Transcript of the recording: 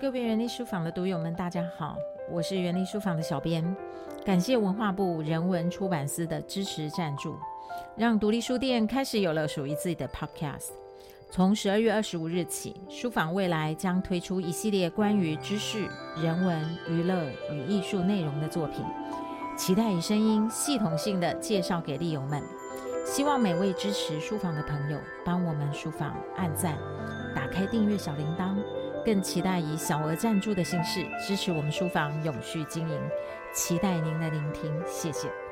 各位园林书房的读友们大家好，我是园林书房的小编，感谢文化部人文出版司的支持赞助，让独立书店开始有了属于自己的 podcast。 从12月25日起，书房未来将推出一系列关于知识、人文、娱乐与艺术内容的作品，期待以声音系统性的介绍给利友们。希望每位支持书房的朋友帮我们书房按赞，打开订阅小铃铛，更期待以小额赞助的形式支持我们书房永续经营，期待您的聆听，谢谢。